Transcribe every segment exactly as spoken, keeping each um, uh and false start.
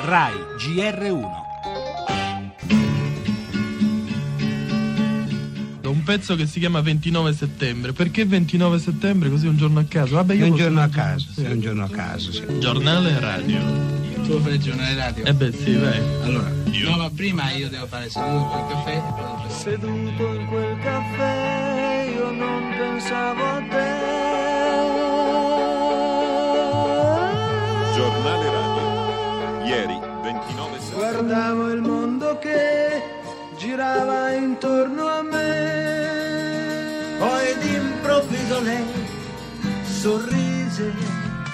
Rai G R uno. Un pezzo che si chiama ventinove settembre. Perché ventinove settembre? Così un giorno a caso? Vabbè, io è un posso giorno a leggere- caso, sì. è un giorno a caso, sì. Giornale radio. Tu fai il giornale radio? Eh beh sì, vai. Allora, No, ma prima io devo fare seduto per il caffè e poi Seduto in quel caffè io non pensavo a te. Giornale radio. Ieri, ventinove settembre. Guardavo il mondo che girava intorno a me. Poi d'improvviso lei sorrise.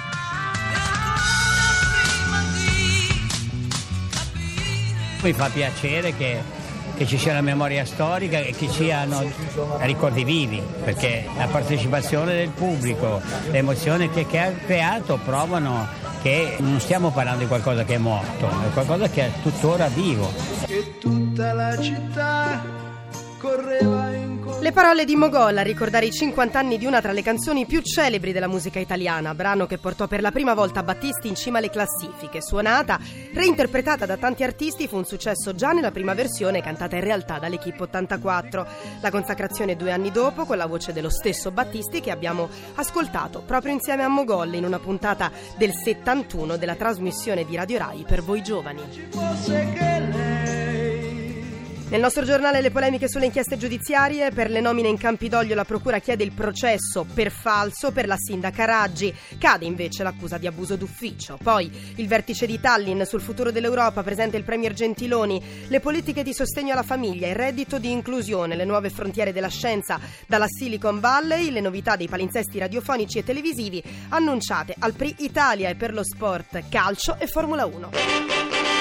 Mi fa piacere che, che ci sia una memoria storica e che siano ricordi vivi, perché la partecipazione del pubblico, l'emozione che, che ha creato provano che non stiamo parlando di qualcosa che è morto, è qualcosa che è tuttora vivo. Che tutta la città correva in Le parole di Mogol a ricordare i cinquanta anni di una tra le canzoni più celebri della musica italiana, brano che portò per la prima volta Battisti in cima alle classifiche. Suonata, reinterpretata da tanti artisti, fu un successo già nella prima versione, cantata in realtà dall'Equipe ottantaquattro. La consacrazione due anni dopo, con la voce dello stesso Battisti, che abbiamo ascoltato proprio insieme a Mogol in una puntata del settantuno della trasmissione di Radio Rai Per Voi Giovani. fosse che lei. Nel nostro giornale le polemiche sulle inchieste giudiziarie. Per le nomine in Campidoglio la procura chiede il processo per falso per la sindaca Raggi. Cade invece l'accusa di abuso d'ufficio. Poi il vertice di Tallinn sul futuro dell'Europa, presente il premier Gentiloni. Le politiche di sostegno alla famiglia, il reddito di inclusione, le nuove frontiere della scienza dalla Silicon Valley, le novità dei palinsesti radiofonici e televisivi annunciate al Prix Italia e per lo sport calcio e Formula uno.